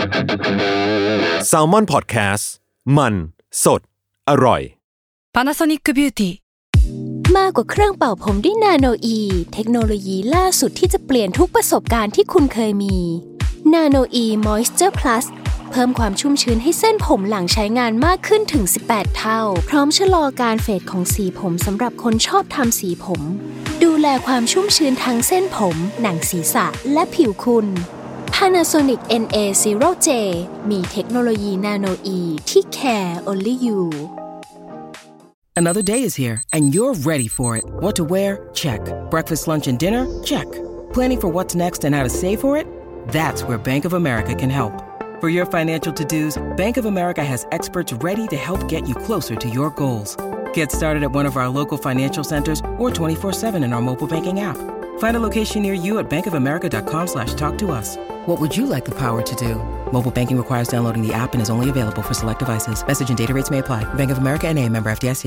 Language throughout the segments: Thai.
Salmon Podcast มันสดอร่อย Panasonic Beauty มากกว่าเครื่องเป่าผมด้วยนาโนอีเทคโนโลยีล่าสุดที่จะเปลี่ยนทุกประสบการณ์ที่คุณเคยมีนาโนอีมอยส์เจอร์พลัสเพิ่มความชุ่มชื้นให้เส้นผมหลังใช้งานมากขึ้นถึง18เท่าพร้อมชะลอการเฟดของสีผมสำหรับคนชอบทำสีผมดูแลความชุ่มชื้นทั้งเส้นผมหนังศีรษะและผิวคุณ Panasonic NA0J มีเทคโนโลยีนาโนอีที่ care only you Another day is here, and you're ready for it. What to wear? Check. Breakfast, lunch, and dinner? Check. Planning for what's next and how to save for it? That's where Bank of America can help. For your financial to-dos, Bank of America has experts ready to help get you closer to your goals. Get started at one of our local financial centers or 24/7 in our mobile banking app. Find a location near you at bankofamerica.com/talktous. What would you like the power to do? Mobile banking requires downloading the app and is only available for select devices. Message and data rates may apply. Bank of America NA, member FDIC.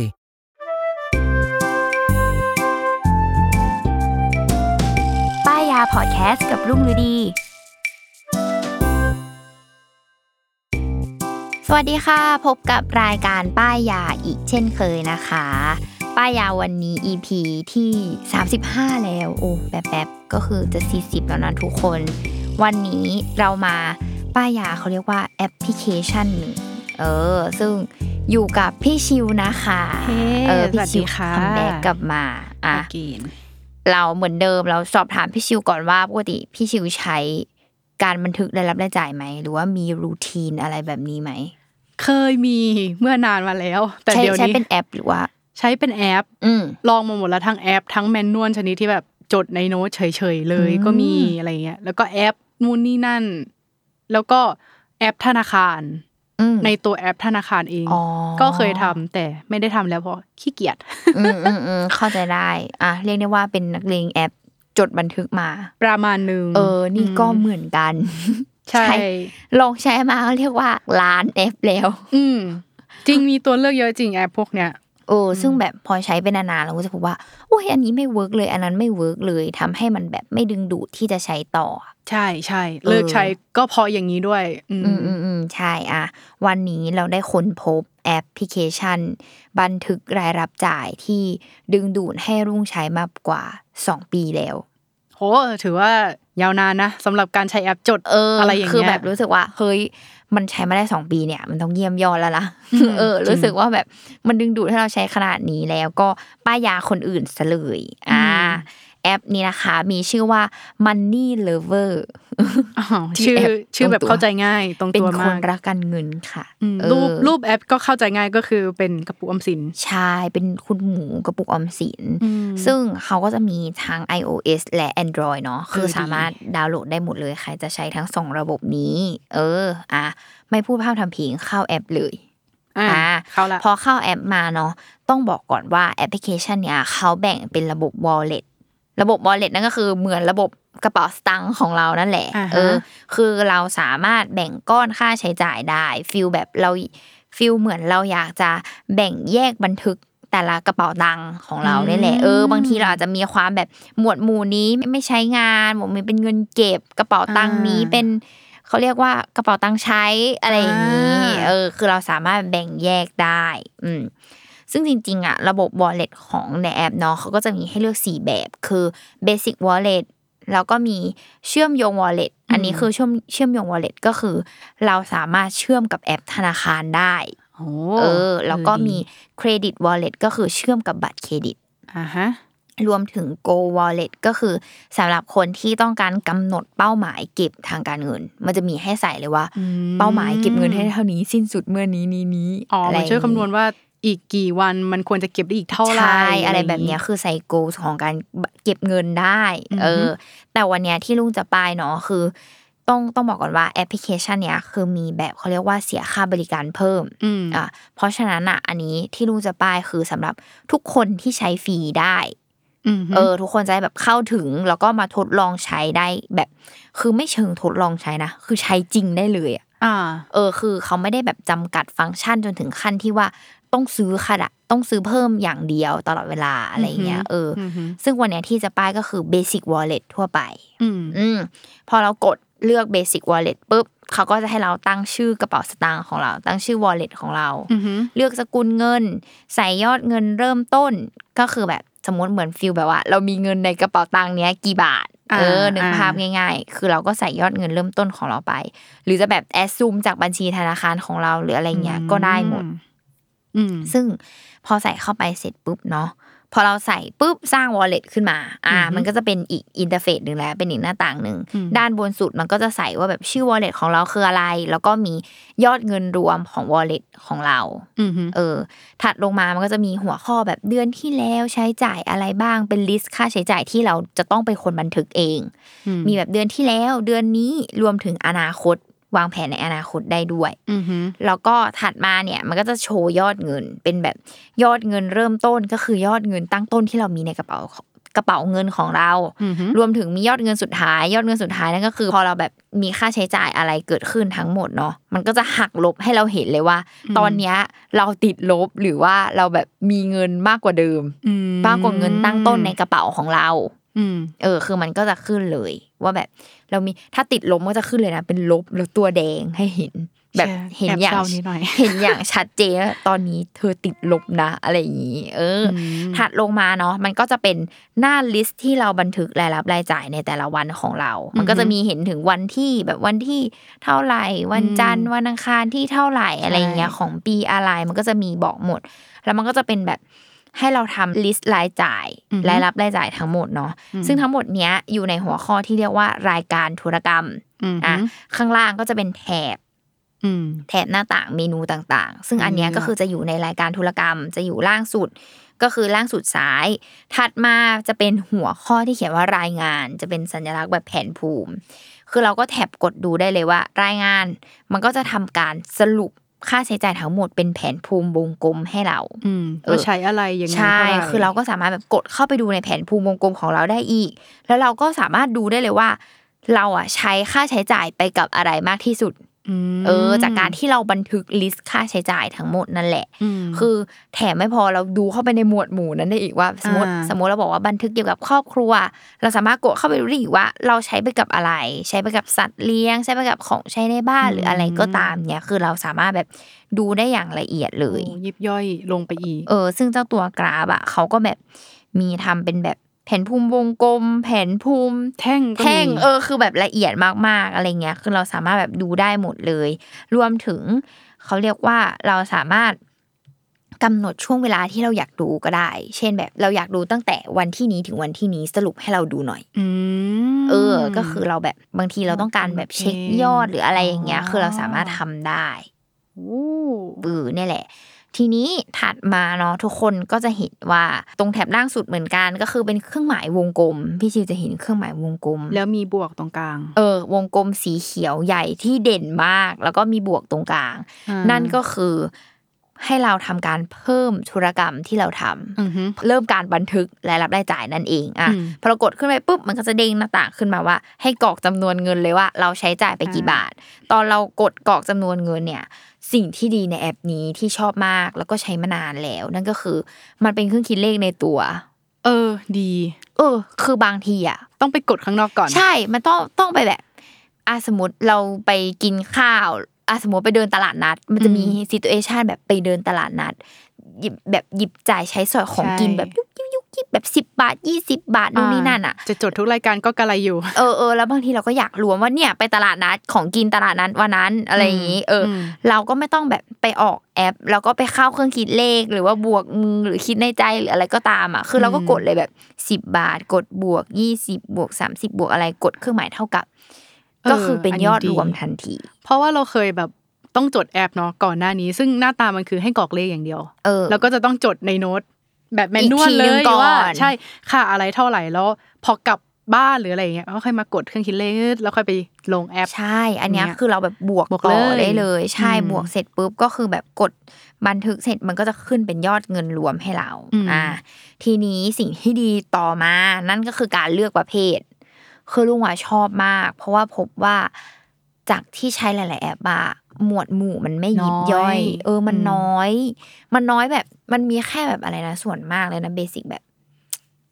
ป้ายยาพอดแคสต์กับรุ่งฤดีสวัสดีค่ะพบกับรายการป้ายยาอีกเช่นเคยนะคะป้ายยาวันนี้ EP ที่35แล้วโอ้แป๊บๆก็คือจะ40แล้วนะทุกคนวันนี้เรามาป้ายยาเขาเรียกว่าแอปพลิเคชันหนึ่งซึ่งอยู่กับพี่ชิวนะคะพี่ชิวคัมแบ็กกลับมาเราเหมือนเดิมเราสอบถามพี่ชิวก่อนว่าปกติพี่ชิวใช้การบันทึกรายรับรายจ่ายไหมหรือว่ามีรูทีนอะไรแบบนี้ไหมเคยมีเมื่อนานมาแล้วแต่เดี๋ยวนี้ใช้เป็นแอปหรือว่าใช้เป็นแอปลองมาหมดแล้วทั้งแอปทั้งแมนนวลชนิดที่แบบจดในโน้ตเฉยๆเลยก็มีอะไรเงี้ยแล้วก็แอปนู่นนี่นั่นแล้วก็แอปธนาคารในตัวแอปธนาคารเองก็เคยทำแต่ไม่ได้ทำแล้วเพราะขี้เกียจเข้าใจได้เรียกได้ว่าเป็นนักเลงแอปจดบันทึกมาประมาณนึงนี่ก็เหมือนกันใช่ลองใช้มาก็เรียกว่าล้านแอปแล้วจริงมีตัวเลือกเยอะจริงแอปพวกเนี้ยซึ่งแบบพอใช้เป็นนานๆเราก็จะพบว่าโอ้ยอันนี้ไม่เวิร์กเลยอันนั้นไม่เวิร์กเลยทำให้มันแบบไม่ดึงดูดที่จะใช้ต่อใช่ๆเลิกใช้ก็เพราะอย่างนี้ด้วยใช่วันนี้เราได้ค้นพบแอปพลิเคชันบันทึกรายรับจ่ายที่ดึงดูดให้รุ่งใช้มากกว่า2ปีแล้วโหถือว่ายาวนานนะสำหรับการใช้แอปจดอะไรอย่างเงี้ยคือแบบรู้สึกว่าเฮ้ยมันใช้มาได้2ปีเนี่ยมันต้องเยี่ยมยอดแล้วล่ะรู้สึกว่าแบบมันดึงดูดให้เราใช้ขนาดนี้แล้วก็ป้ายยาคนอื่นซะเลยแอปนี้นะคะมีชื่อว่า Money Lover ชื่อแบบเข้าใจง่ายตรงตัวมากเป็นคนรักการเงินค่ะรูปแอปก็เข้าใจง่ายก็คือเป็นกระปุกออมสินใช่เป็นคุณหมูกระปุกออมสินซึ่งเขาก็จะมีทั้ง iOS และ Android เนาะคือสามารถดาวน์โหลดได้หมดเลยใครจะใช้ทั้ง2ระบบนี้ไม่พูดพร่ำทำเพลงเข้าแอปเลยพอเข้าแอปมาเนาะต้องบอกก่อนว่าแอปพลิเคชันเนี้ยเขาแบ่งเป็นระบบ Wallet ระบบ Wallet นั่นก็คือเหมือนระบบกระเป๋าสตางค์ของเรานั่นแหละคือเราสามารถแบ่งก้อนค่าใช้จ่ายได้ฟีลแบบเราฟีลเหมือนเราอยากจะแบ่งแยกบันทึกแต่ละกระเป๋าตังค์ของเราได้แหละบางทีเราอาจจะมีความแบบหมวดหมู่นี้ไม่ใช้งานหมวดนี้เป็นเงินเก็บกระเป๋าตังค์นี้เป็นเขาเรียกว่ากระเป๋าตังค์ใช้อะไรอย่างนี้คือเราสามารถแบ่งแยกได้ซึ่งจริงๆระบบ wallet ของในแอปเนาะเขาก็จะมีให้เลือก4แบบคือ basic wallet แล้วก็มีเชื่อมโยง wallet อันนี้คือเชื่อมโยง wallet ก็คือเราสามารถเชื่อมกับแอปธนาคารได้แล้วก็มี credit wallet ก็คือเชื่อมกับบัตรเครดิตรวมถึง Go Wallet ก็คือสำหรับคนที่ต้องการกำหนดเป้าหมายเก็บทางการเงินมันจะมีให้ใส่เลยว่าเป้าหมายเก็บเงินให้เท่านี้สิ้นสุดเมื่อนี้มันช่วยคำนวณว่าอีกกี่วันมันควรจะเก็บได้อีกเท่าไหร่อะไรแบบนี้คือใส่ goal ของการเก็บเงินได้แต่วันนี้ที่ลุงจะป้ายเนาะคือต้องบอกก่อนว่าแอปพลิเคชันเนี้ยคือมีแบบเขาเรียกว่าเสียค่าบริการเพิ่มเพราะฉะนั้นอันนี้ที่ลุงจะป้ายคือสำหรับทุกคนที่ใช้ฟรีได้ทุกคนจะแบบเข้าถึงแล้วก็มาทดลองใช้ได้แบบคือไม่เชิงทดลองใช้นะคือใช้จริงได้เลยคือเขาไม่ได้แบบจำกัดฟังก์ชันจนถึงขั้นที่ว่าต้องซื้อต้องซื้อเพิ่มอย่างเดียวตลอดเวลาอะไรเงี้ยซึ่งวันนี้ที่จะป้ายก็คือ basic wallet ทั่วไปพอเรากดเลือก basic wallet ปุ๊บเขาก็จะให้เราตั้งชื่อกระเป๋าสตางค์ของเราตั้งชื่อ wallet ของเราเลือกสกุลเงินใส่ยอดเงินเริ่มต้นก็คือแบบสมมติเหมือนฟีลแบบว่าเรามีเงินในกระเป๋าตังค์เนี้ยกี่บาทนึกภาพง่ายๆคือเราก็ใส่ยอดเงินเริ่มต้นของเราไปหรือจะแบบแอดซูมจากบัญชีธนาคารของเราหรืออะไรเงี้ยก็ได้หมดซึ่งพอใส่เข้าไปเสร็จปุ๊บเนาะพอเราใส่ปุ๊บสร้าง wallet ขึ้นมามันก็จะเป็นอีกอินเทอร์เฟซนึงแล้วเป็นอีกหน้าต่างนึงด้านบนสุดมันก็จะใส่ว่าแบบชื่อ wallet ของเราคืออะไรแล้วก็มียอดเงินรวมของ wallet ของเราถัดลงมามันก็จะมีหัวข้อแบบเดือนที่แล้วใช้จ่ายอะไรบ้างเป็นลิสต์ค่าใช้จ่ายที่เราจะต้องเป็นคนบันทึกเองมีแบบเดือนที่แล้วเดือนนี้รวมถึงอนาคตวางแผนในอนาคตได้ด้วยแล้วก็ถัดมาเนี่ยมันก็จะโชว์ยอดเงินเป็นแบบยอดเงินเริ่มต้นก็คือยอดเงินตั้งต้นที่เรามีในกระเป๋าเงินของเรารวมถึงมียอดเงินสุดท้ายนั่นก็คือพอเราแบบมีค่าใช้จ่ายอะไรเกิดขึ้นทั้งหมดเนาะมันก็จะหักลบให้เราเห็นเลยว่าตอนเนี้ยเราติดลบหรือว่าเราแบบมีเงินมากกว่าเดิมมากกว่าเงินตั้งต้นในกระเป๋าของเราคือมันก็จะขึ้นเลยว่าแบบเรามีถ้าติดลบก็จะขึ้นเลยนะเป็นลบแล้วตัวแดงให้เห็นแบบเห็นอย่างชัดเจนตอนนี้เธอติดลบนะอะไรอย่างนี้ถัดลงมาเนาะมันก็จะเป็นหน้าลิสต์ที่เราบันทึกรายรับรายจ่ายในแต่ละวันของเรามันก็จะมีเห็นถึงวันที่แบบวันที่เท่าไหร่วันจันทร์วันอังคารที่เท่าไหร่อะไรอย่างเงี้ยของปีอะไรมันก็จะมีบอกหมดแล้วมันก็จะเป็นแบบให้เราทำลิสต์รายจ่ายรายรับรายจ่ายทั้งหมดเนาะซึ่งทั้งหมดเนี้ยอยู่ในหัวข้อที่เรียกว่ารายการธุรกรรมข้างล่างก็จะเป็นแถบหน้าต่างเมนูต่างๆซึ่งอันเนี้ยก็คือจะอยู่ในรายการธุรกรรมจะอยู่ล่างสุดก็คือล่างสุดซ้ายถัดมาจะเป็นหัวข้อที่เขียนว่ารายงานจะเป็นสัญลักษณ์แบบแผนภูมิคือเราก็แท็บกดดูได้เลยว่ารายงานมันก็จะทำการสรุปค่าใช้จ่ายทั้งหมดเป็นแผนภูมิวงกลมให้เราว่าใช้อะไรยังไงใช่คือเราก็สามารถแบบกดเข้าไปดูในแผนภูมิวงกลมของเราได้อีกแล้วเราก็สามารถดูได้เลยว่าเราใช้ค่าใช้จ่ายไปกับอะไรมากที่สุดจากการที่เราบันทึกลิสต์ค่าใช้จ่ายทั้งหมดนั่นแหละคือแถมไม่พอเราดูเข้าไปในหมวดหมู่นั้นได้อีกว่าสมมติเราบอกว่าบันทึกเกี่ยวกับครอบครัวเราสามารถกดเข้าไปดูได้อีกว่าเราใช้ไปกับอะไรใช้ไปกับสัตว์เลี้ยงใช้ไปกับของใช้ในบ้านหรืออะไรก็ตามเนี่ยคือเราสามารถแบบดูได้อย่างละเอียดเลยยิบย่อยลงไปอีกซึ่งเจ้าตัวกราฟเขาก็แบบมีทำเป็นแบบแผนภูมิวงกลมแผนภูมิแท่งคือแบบละเอียดมากๆอะไรเงี้ยคือเราสามารถแบบดูได้หมดเลยรวมถึงเขาเรียกว่าเราสามารถกำหนดช่วงเวลาที่เราอยากดูก็ได้เช่นแบบเราอยากดูตั้งแต่วันที่นี้ถึงวันที่นี้สรุปให้เราดูหน่อยก็คือเราแบบบางทีเราต้องการแบบเช็คยอดหรืออะไรอย่างเงี้ยคือเราสามารถทำได้นี่แหละทีนี้ถัดมาเนาะทุกคนก็จะเห็นว่าตรงแถบล่างสุดเหมือนกันก็คือเป็นเครื่องหมายวงกลมพี่ชิวจะเห็นเครื่องหมายวงกลมแล้วมีบวกตรงกลางวงกลมสีเขียวใหญ่ที่เด่นมากแล้วก็มีบวกตรงกลางนั่นก็คือให้เราทำการเพิ่มธุรกรรมที่เราทำเริ่มการบันทึกรายรับรายจ่ายนั่นเองพอเรากดขึ้นไปปุ๊บมันก็จะเด้งหน้าต่างขึ้นมาว่าให้กรอกจำนวนเงินเลยว่าเราใช้จ่ายไปกี่บาทตอนเรากดกรอกจำนวนเงินเนี่ยสิ่งที่ดีในแอปนี้ที่ชอบมากแล้วก็ใช้มานานแล้วนั่นก็คือมันเป็นเครื่องคิดเลขในตัวดีคือบางทีต้องไปกดข้างนอกก่อนใช่มันต้องไปแบบสมมติเราไปกินข้าวสมมติไปเดินตลาดนัดมันจะมีซิทูเอชั่นแบบไปเดินตลาดนัดหยิบจ่ายใช้สอยของกินแบบยุกแบบ10 บาท20 บาทนู่นนี่นั่นจะจดทุกรายการก็กระไรอยู่แล้วบางทีเราก็อยากรวมว่าเนี่ยไปตลาดนัดของกินตลาดนัดวันนั้นอะไรอย่างงี้เราก็ไม่ต้องแบบไปออกแอปแล้วก็ไปเข้าเครื่องคิดเลขหรือว่าบวกมือหรือคิดในใจหรืออะไรก็ตามคือเราก็กดเลยแบบ10 บาทกดบวก20บวก30บวกอะไรกดเครื่องหมายเท่ากับก็คือเป็นยอดรวมทันทีเพราะว่าเราเคยแบบต้องจดแอปเนาะก่อนหน้านี้ซึ่งหน้าตามันคือให้กรอกเลขอย่างเดียวแล้วก็จะต้องจดในโน้ตแบบแมนนวลเลยว่าใช่ค่าอะไรเท่าไหร่แล้วพอกลับบ้านหรืออะไรอย่างเงี้ยก็ค่อยมากดเครื่องคิดเลขแล้วค่อยไปลงแอปใช่อันนี้คือเราแบบบวกต่อได้เลยใช่บวกเสร็จปุ๊บก็คือแบบกดบันทึกเสร็จมันก็จะขึ้นเป็นยอดเงินรวมให้เราทีนี้สิ่งที่ดีต่อมานั่นก็คือการเลือกประเภทคือลุงชอบมากเพราะว่าพบว่าจากที่ใช้หลายๆแอปหมวดหมู่มันไม่ยิบย่อยมันน้อยแบบมันมีแค่แบบอะไรนะส่วนมากเลยนะเบสิกแบบ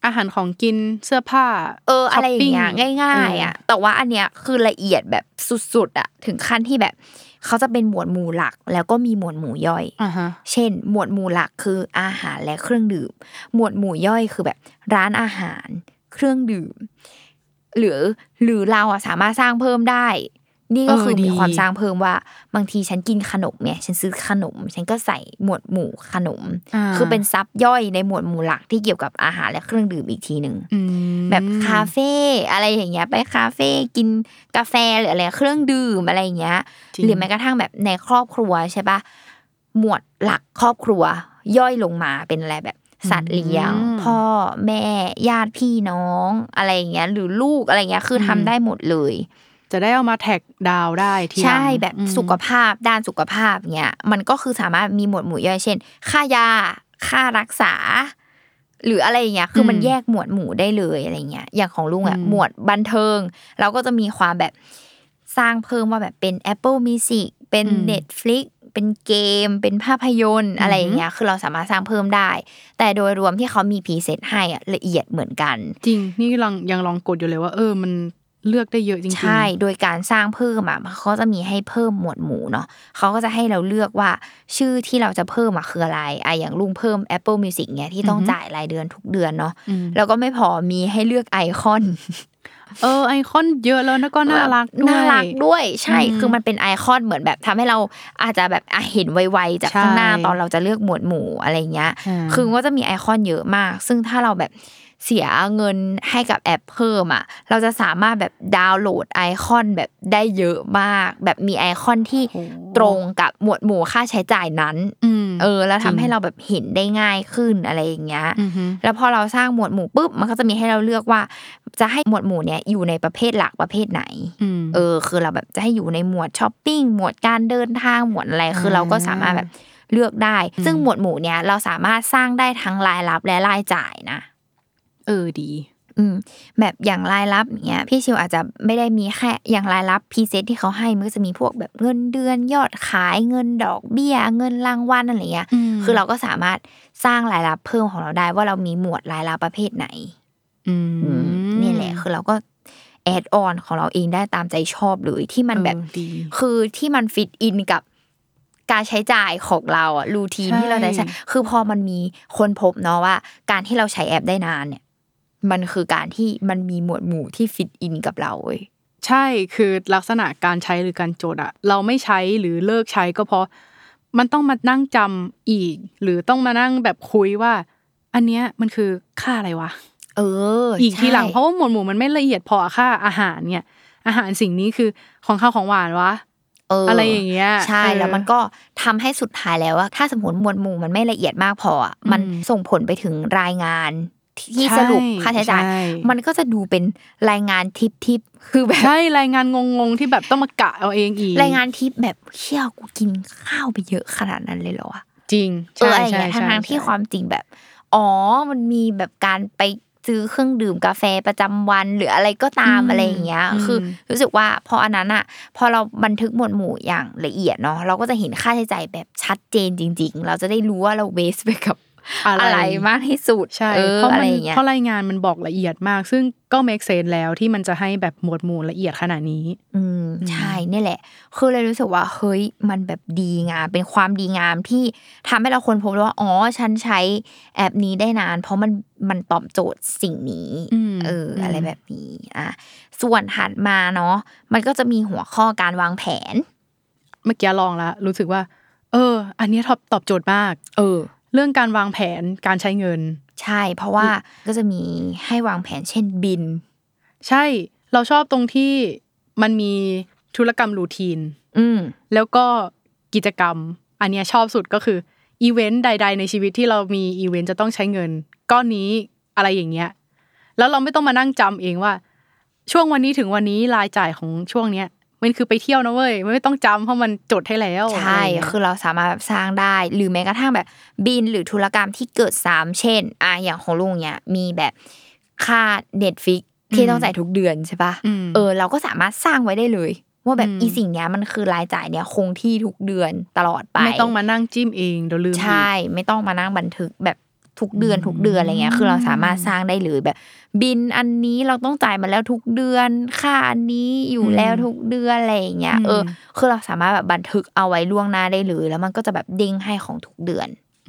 อาหารของกินเสื้อผ้าอะไรอย่างเงี้ยง่ายๆอ่ะแต่ว่าอันเนี้ยคือละเอียดแบบสุดๆอ่ะถึงขั้นที่แบบเขาจะเป็นหมวดหมู่หลักแล้วก็มีหมวดหมู่ย่อยเช่นหมวดหมู่หลักคืออาหารและเครื่องดื่มหมวดหมู่ย่อยคือแบบร้านอาหารเครื่องดื่มหรือเราอ่ะสามารถสร้างเพิ่มได้นี่ก็คือมีความสร้างเพิ่มว่าบางทีฉันกินขนมเนี่ยฉันซื้อขนมฉันก็ใส่หมวดหมู่ขนมคือเป็นซับย่อยในหมวดหมู่หลักที่เกี่ยวกับอาหารและเครื่องดื่มอีกทีนึงแบบคาเฟ่อะไรอย่างเงี้ยไปคาเฟ่กินกาแฟหรืออะไรเครื่องดื่มอะไรอย่างเงี้ยหรือแม้กระทั่งแบบในครอบครัวใช่ปะหมวดหลักครอบครัวย่อยลงมาเป็นอะไรแบบสัตว์เลี้ยงพ่อแม่ญาติพี่น้องอะไรอย่างเงี้ยหรือลูกอะไรเงี้ยคือทำได้หมดเลยจะได้เอามาแท็กดาวได้ทีหลังใช่แบบสุขภาพด้านสุขภาพเงี้ยมันก็คือสามารถมีหมวดหมู่ย่อยเช่นค่ายาค่ารักษาหรืออะไรอย่างเงี้ยคือมันแยกหมวดหมู่ได้เลยอะไรเงี้ยอย่างของลุงอ่ะหมวดบันเทิงเราก็จะมีความแบบสร้างเพิ่มว่าแบบเป็น Apple Music เป็น Netflix เป็นเกมเป็นภาพยนตร์อะไรอย่างเงี้ยคือเราสามารถสร้างเพิ่มได้แต่โดยรวมที่เขามีพรีเซตให้อ่ะละเอียดเหมือนกันจริงนี่ยังลองกดอยู่เลยว่ามันเลือกได้เยอะจริงๆใช่โดยการสร้างเพิ่มอ่ะเขาจะมีให้เพิ่มหมวดหมู่เนาะเขาก็จะให้เราเลือกว่าชื่อที่เราจะเพิ่มอ่ะคืออะไรอย่างลุงเพิ่ม Apple Music เงี้ยที่ต้องจ่ายรายเดือนทุกเดือนเนาะแล้วก็ไม่พอมีให้เลือกไอคอนไอคอนเยอะแล้วนะก็น่ารักด้วยใช่คือมันเป็นไอคอนเหมือนแบบทำให้เราอาจจะแบบเห็นไวๆจากข้างหน้าตอนเราจะเลือกหมวดหมู่อะไรเงี้ยคือก็จะมีไอคอนเยอะมากซึ่งถ้าเราแบบเสียเงินให้กับแอปเพิ่มอ่ะเราจะสามารถแบบดาวน์โหลดไอคอนแบบได้เยอะมากแบบมีไอคอนที่ตรงกับหมวดหมู่ค่าใช้จ่ายนั้นแล้วทำให้เราแบบเห็นได้ง่ายขึ้นอะไรอย่างเงี้ยแล้วพอเราสร้างหมวดหมู่ปุ๊บมันก็จะมีให้เราเลือกว่าจะให้หมวดหมู่เนี้ยอยู่ในประเภทหลักประเภทไหนคือเราแบบจะให้อยู่ในหมวดช้อปปิ้งหมวดการเดินทางหมวดอะไรคือเราก็สามารถแบบเลือกได้ซึ่งหมวดหมู่เนี้ยเราสามารถสร้างได้ทั้งรายรับและรายจ่ายนะดีแบบอย่างรายรับเนี้ยพี่ชิวอาจจะไม่ได้มีแค่อย่างรายรับพรีเซตที่เขาให้มันก็จะมีพวกแบบเงินเดือนยอดขายเงินดอกเบี้ยเงินรางวัลอะไรเงี้ยคือเราก็สามารถสร้างรายรับเพิ่มของเราได้ว่าเรามีหมวดรายรับประเภทไหนนี่แหละคือเราก็แอดออนของเราเองได้ตามใจชอบเลยที่มันแบบคือที่มันฟิตอินกับการใช้จ่ายของเราอ่ะรูทีนที่เราได้ใช้คือพอมันมีคนพบเนาะว่าการที่เราใช้แอปได้นานเนี่ยมันคือการที่มันมีหมวดหมู่ที่ฟิตอินกับเราเว้ยใช่คือลักษณะการใช้หรือการจดอ่ะเราไม่ใช้หรือเลิกใช้ก็เพราะมันต้องมานั่งจำอีกหรือต้องมานั่งแบบคุยว่าอันเนี้ยมันคือค่าอะไรวะอีกทีหลังเพราะว่าหมวดหมู่มันไม่ละเอียดพอค่าอาหารเนี่ยอาหารสิ่งนี้คือของข้าวของหวานวะอะไรอย่างเงี้ยใช่แล้วมันก็ทำให้สุดท้ายแล้วว่าถ้าสมมติหมวดหมู่มันไม่ละเอียดมากพอมันส่งผลไปถึงรายงานที่สรุปค่าใช้จ่ายมันก็จะดูเป็นรายงานทิปคือแบบใช่รายงานงงๆที่แบบต้องมากะเอาเองอีกรายงานทิปแบบเชี่ยกูกินข้าวไปเยอะขนาดนั้นเลยเหรอวะจริงใช่ใช่ทั้งที่ความจริงแบบมันมีแบบการไปซื้อเครื่องดื่มกาแฟประจำวันหรืออะไรก็ตามอะไรอย่างเงี้ยคือรู้สึกว่าพออันนั้นอ่ะพอเราบันทึกหมวดหมู่อย่างละเอียดเนาะเราก็จะเห็นค่าใช้จ่ายแบบชัดเจนจริงๆเราจะได้รู้ว่าเราเวสไปกับอะไรมากที่สุดใช่เพราะรายงานมันบอกละเอียดมากซึ่งก็ make sense แล้วที่มันจะให้แบบหมวดหมู่ละเอียดขนาดนี้ใช่นี่แหละคือเลยรู้สึกว่าเฮ้ยมันแบบดีงามเป็นความดีงามที่ทำให้เราค้นพบว่าฉันใช้แอปนี้ได้นานเพราะมันตอบโจทย์สิ่งนี้อะไรแบบนี้ส่วนถัดมาเนาะมันก็จะมีหัวข้อการวางแผนเมื่อกี้ลองแล้วรู้สึกว่าอันนี้ตอบโจทย์มากเรื่องการวางแผนการใช้เงินใช่เพราะว่าก็จะมีให้วางแผนเช่นบินใช่เราชอบตรงที่มันมีธุรกรรมรูทีนแล้วก็กิจกรรมอันเนี้ยชอบสุดก็คืออีเวนต์ใดๆในชีวิตที่เรามีอีเวนต์จะต้องใช้เงินก้อนนี้อะไรอย่างเงี้ยแล้วเราไม่ต้องมานั่งจำเองว่าช่วงวันนี้ถึงวันนี้รายจ่ายของช่วงเนี้ยมันคือไปเที่ยวนะเว้ยไม่ต้องจำเพราะมันจดให้แล้วใช่คือเราสามารถแบบสร้างได้หรือแม้กระทั่งแบบบินหรือธุรกรรมที่เกิดซ้ำเช่นอย่างของลุงเนี่ยมีแบบค่า Netflix ที่ต้องจ่ายทุกเดือนใช่ป่ะเราก็สามารถสร้างไว้ได้เลยว่าแบบอีสิ่งเนี้ยมันคือรายจ่ายเนี่ยคงที่ทุกเดือนตลอดไปไม่ต้องมานั่งจิ้มเองเดี๋ยวลืมใช่ไม่ต้องมานั่งบันทึกแบบทุกเดือนอะไรเงี้ยคือเราสามารถสร้างได้เลยแบบบินอันนี้เราต้องจ่ายมาแล้วทุกเดือนค่าอันนี้อยู่แล้วทุกเดือนอะไรอย่างเงี้ยคือเราสามารถแบบบันทึกเอาไว้ล่วงหน้าได้เลยแล้วมันก็จะแบบเด้งให้ของทุกเดือน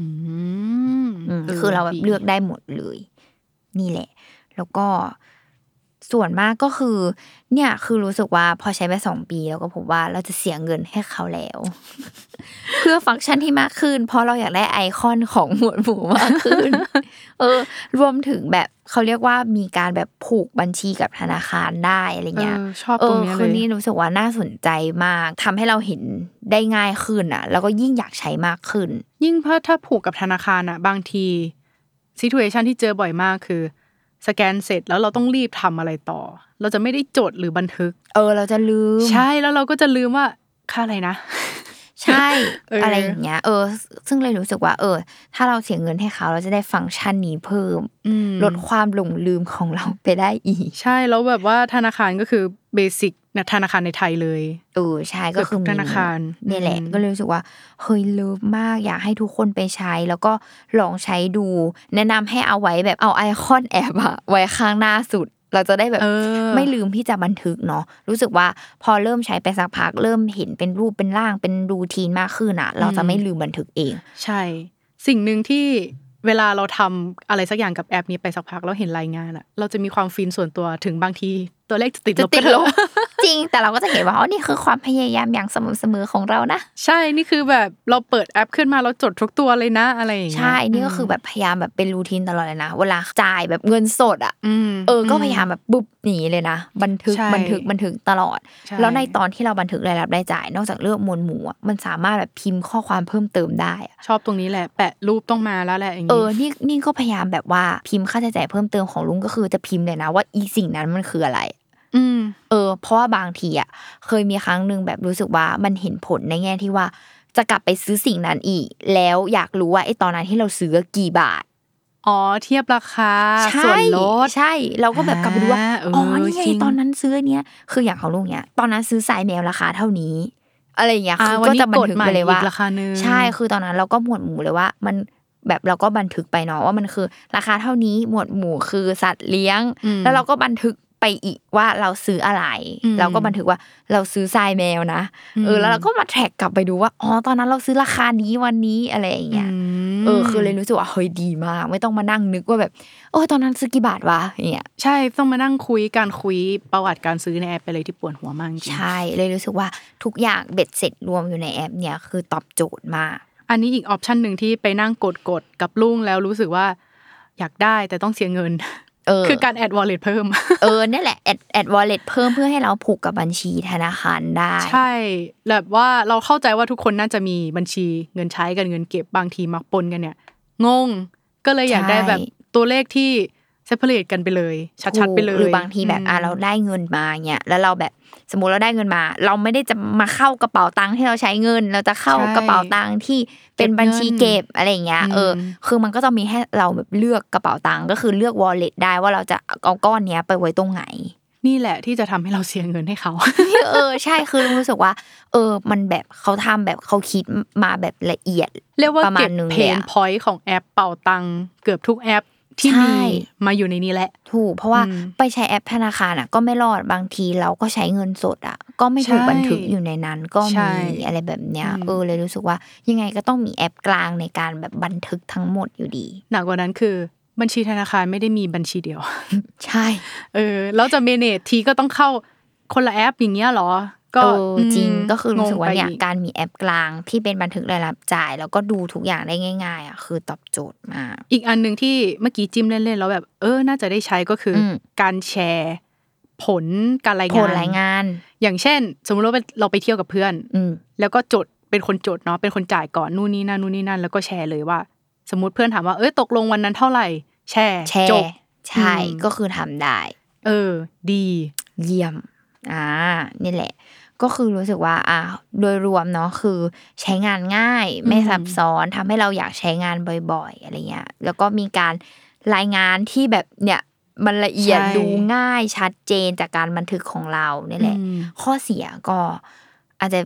คือเราแบบเลือกได้หมดเลยนี่แหละแล้วก็ส่วนมากก็คือเนี่ยคือรู้สึกว่าพอใช้ไป2 ปีแล้วก็ผมว่าเราจะเสียเงินให้เขาแล้ว เพื่อฟังก์ชันที่มากขึ้นเพราะเราอยากได้ไอคอนของหมวดหมู่มากขึ้น รวมถึงแบบเขาเรียกว่ามีการแบบผูกบัญชีกับธนาคารได้อะไรเงี้ยชอบตรงนี้เลยคือนี่รู้สึกว่าน่าสนใจมากทำให้เราเห็นได้ง่ายขึ้นอ่ะแล้วก็ยิ่งอยากใช้มากขึ้นยิ่งเพราะถ้าผูกกับธนาคารอ่ะบางทีซิทูเอชันที่เจอบ่อยมากคือสแกนเสร็จแล้วเราต้องรีบทำอะไรต่อเราจะไม่ได้จดหรือบันทึกเราจะลืมใช่แล้วเราก็จะลืมว่าค่าอะไรนะใช่อะไรอย่างเงี้ยซึ่งเลยรู้สึกว่าถ้าเราเสียเงินให้เขาเราจะได้ฟังก์ชันนี้เพิ่มลดความหลงลืมของเราไปได้อีกใช่แล้วแบบว่าธนาคารก็คือเบสิกนะธนาคารในไทยเลยใช่ก็คือธนาคารนี่แหละก็เลยรู้สึกว่าเฮ้ยเลิฟมากอยากให้ทุกคนไปใช้แล้วก็ลองใช้ดูแนะนำให้เอาไว้แบบเอาไอคอนแอปอะไว้ข้างหน้าสุดเราจะได้แบบไม่ลืมที่จะบันทึกเนาะรู้สึกว่าพอเริ่มใช้ไปสักพักเริ่มเห็นเป็นรูปเป็นร่างเป็นรูทีนมากขึ้นอ่ะเราจะไม่ลืมบันทึกเองใช่สิ่งนึงที่เวลาเราทำอะไรสักอย่างกับแอปนี้ไปสักพักแล้วเห็นรายงานอ่ะเราจะมีความฟินส่วนตัวถึงบางทีตัวเลขจะติดลบก็เถอะจริงแต่เราก็จะเห็นว่านี่คือความพยายามอย่างสม่ำเสมอของเรานะใช่นี่คือแบบเราเปิดแอปขึ้นมาเราจดทุกตัวเลยนะอะไรอย่างเงี้ยใช่นี่ก็คือแบบพยายามแบบเป็นรูทีนตลอดเลยนะเวลาจ่ายแบบเงินสดอ่ะก็พยายามแบบปุ๊บหนีเลยนะบันทึกตลอดแล้วในตอนที่เราบันทึกรายรับรายจ่ายนอกจากเลือกหมวดหมู่มันสามารถแบบพิมพ์ข้อความเพิ่มเติมได้ชอบตรงนี้แหละแปะรูปต้องมาแล้วแหละอย่างงี้นี่ก็พยายามแบบว่าพิมพ์ค่าใช้จ่ายเพิ่มเติมของลุงก็คือจะพิมพ์เลยนะว่าอีสิ่งนั้นมันคืออะไรเพราะว่าบางทีอ่ะเคยมีครั้งนึงแบบรู้สึกว่ามันเห็นผลในแง่ที่ว่าจะกลับไปซื้อสิ่งนั้นอีกแล้วอยากรู้ว่าไอ้ตอนนั้นที่เราซื้อกี่บาทเทียบราคาส่วนลดใช่เราก็แบบกลับไปดูว่านี่ไงตอนนั้นซื้อเนี้ยคืออย่างของลุงเนี้ยตอนนั้นซื้อสายแมวราคาเท่านี้อะไรอย่างเงี้ยคือก็จะบันทึกไปเลยว่าใช่คือตอนนั้นเราก็หมวดหมู่เลยว่ามันแบบเราก็บันทึกไปเนาะว่ามันคือราคาเท่านี้หมวดหมู่คือสัตว์เลี้ยงแล้วเราก็บันทึกไปอีกว่าเราซื้ออะไรเราก็บันทึกว่าเราซื้อทรายแมวนะแล้วเราก็มาแทร็กกลับไปดูว่าตอนนั้นเราซื้อราคานี้วันนี้อะไรอย่างเงี้ยคือเลยรู้สึกว่าเฮ้ยดีมากไม่ต้องมานั่งนึกว่าแบบตอนนั้นซื้อกี่บาทวะอย่างเงี้ยใช่ต้องมานั่งคุยประวัติการซื้อในแอปไปเลยที่ปวดหัวมากจริงใช่เลยรู้สึกว่าทุกอย่างเบ็ดเสร็จรวมอยู่ในแอปเนี่ยคือตอบโจทย์มากอันนี้อีกออปชั่นนึงที่ไปนั่งกดกับลุงแล้วรู้สึกว่าอยากได้แต่ต้องเสียเงินคือการแอด wallet เพิ่มนี่แหละแอด wallet เพิ่มเพื่อให้เราผูกกับบัญชีธนาคารได้ใช่แบบว่าเราเข้าใจว่าทุกคนน่าจะมีบัญชีเงินใช้กับเงินเก็บบางทีมักปนกันเนี่ยงงก็เลยอยากได้แบบตัวเลขที่ separate กันไปเลยชัดๆไปเลยหรือบางทีแบบเราได้เงินมาเนี่ยแล้วเราแบบสมมุติเราได้เงินมาเราไม่ได้จะมาเข้ากระเป๋าตังค์ที่เราใช้เงินเราจะเข้ากระเป๋าตังค์ที่เป็นบัญชีเก็บอะไรอย่างเงี้ยคือมันก็จะมีให้เราแบบเลือกกระเป๋าตังค์ก็คือเลือก wallet ได้ว่าเราจะเอาก้อนเนี้ยไปไว้ตรงไหนนี่แหละที่จะทำให้เราเสียเงินให้เขาใช่คือรู้สึกว่ามันแบบเขาทำแบบเขาคิดมาแบบละเอียดเรียกว่าเก็บเพนพอยต์ของแอปเป๋าตังค์เกือบทุกแอปที่มีมาอยู่ในนี้แหละถูกเพราะว่าไปใช้แอปธนาคารก็ไม่รอดบางทีเราก็ใช้เงินสดก็ไม่ถูกบันทึกอยู่ในนั้นก็มีอะไรแบบเนี้ยเลยรู้สึกว่ายังไงก็ต้องมีแอปกลางในการแบบบันทึกทั้งหมดอยู่ดีหนักกว่านั้นคือบัญชีธนาคารไม่ได้มีบัญชีเดียวใช่แล้วจะเมเนจทีก็ต้องเข้าคนละแอปอย่างเงี้ยหรอก็จริงก็คือรู้สึกว่าเนี่ยการมีแอปกลางที่เป็นบันทึกรายรับจ่ายแล้วก็ดูทุกอย่างได้ง่ายๆคือตอบโจทย์มากอีกอันนึงที่เมื่อกี้จิ้มเล่นๆแล้วแบบน่าจะได้ใช้ก็คือการแชร์ผลการรายงานอย่างเช่นสมมติว่าเราไปเที่ยวกับเพื่อนแล้วก็จดเป็นคนจดเนาะเป็นคนจ่ายก่อนนู่นนี่นั่นแล้วก็แชร์เลยว่าสมมติเพื่อนถามว่าตกลงวันนั้นเท่าไหร่แชร์จบใช่ก็คือทำได้ดีเยี่ยมนี่แหละก็คือรู้สึกว่าโดยรวมเนาะคือใช้งานง่ายไม่ซับซ้อนทำให้เราอยากใช้งานบ่อยๆอะไรเงี้ยแล้วก็มีการรายงานที่แบบเนี่ยมันละเอียดดูง่ายชัดเจนจากการบันทึกของเรานี่แหละข้อเสียก็อาจจะ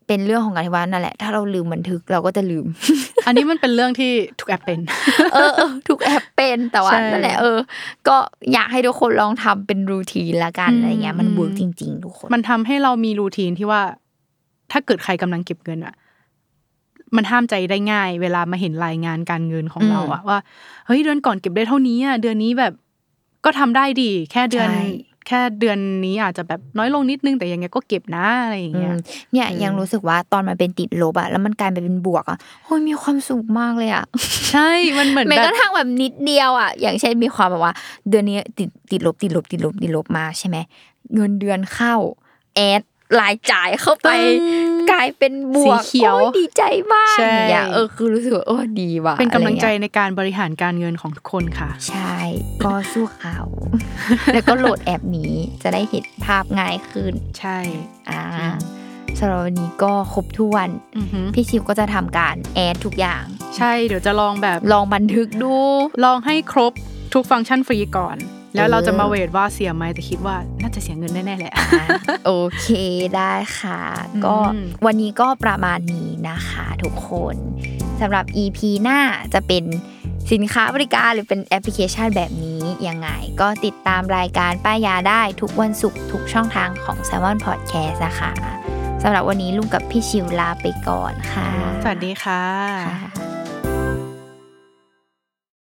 เป็นเรื่องของการที่ว่านั่นแหละถ้าเราลืมบันทึกเราก็จะลืมอันนี้มันเป็นเรื่องที่ทุกแอปเป็นทุกแอปเป็นแต่ว่านั่นแหละก็อยากให้ทุกคนลองทำเป็นรูทีนละกันอะไรเงี้ยมันเวิร์กจริงๆทุกคนมันทำให้เรามีรูทีนที่ว่าถ้าเกิดใครกำลังเก็บเงินอ่ะมันห้ามใจได้ง่ายเวลามาเห็นรายงานการเงินของเราอ่ะว่าเฮ้ยเดือนก่อนเก็บได้เท่านี้อ่ะเดือนนี้แบบก็ทำได้ดีแค่เดือนนี้อาจจะแบบน้อยลงนิดนึงแต่ยังไงก็เก็บนะอะไรอย่างเงี้ยเนี่ยยังรู้สึกว่าตอนมันเป็นติดลบอ่ะแล้วมันกลายเป็นบวกอ่ะโอ้ยมีความสุขมากเลยอ่ะใช่มันเหมือนแบบแม้กระทั่งแบบนิดเดียวอ่ะอย่างเช่นมีความแบบว่าเดือนนี้ติดลบมาใช่ไหมเงินเดือนเข้าแอดรายจ่ายเข้าไปกลายเป็นบวกโอ้ยดีใจมากอย่างคือรู้สึกว่าดีว่ะเป็นกำลังใจในการบริหารการเงินของทุกคนค่ะใช่ก็สู้เขาแล้วก็โหลดแอปนี้จะได้เห็นภาพง่ายขึ้นใช่สำหรับวันนี้ก็ครบถ้วนพี่ชิวก็จะทำการแอดทุกอย่างใช่เดี๋ยวจะลองบันทึกดูลองให้ครบทุกฟังก์ชันฟรีก่อนแล้วเราจะมาเวทว่าเสียไหมแต่คิดว่าน่าจะเสียเงินแน่ๆแหละโอเคได้ค่ะก็วันนี้ก็ประมาณนี้นะคะทุกคนสำหรับ EP หน้าจะเป็นสินค้าบริการหรือเป็นแอปพลิเคชันแบบนี้ยังไงก็ติดตามรายการป้ายยาได้ทุกวันศุกร์ทุกช่องทางของ Salmon Podcast นะคะสำหรับวันนี้ลุงกับพี่ชิวลาไปก่อนค่ะสวัสดีค่ะ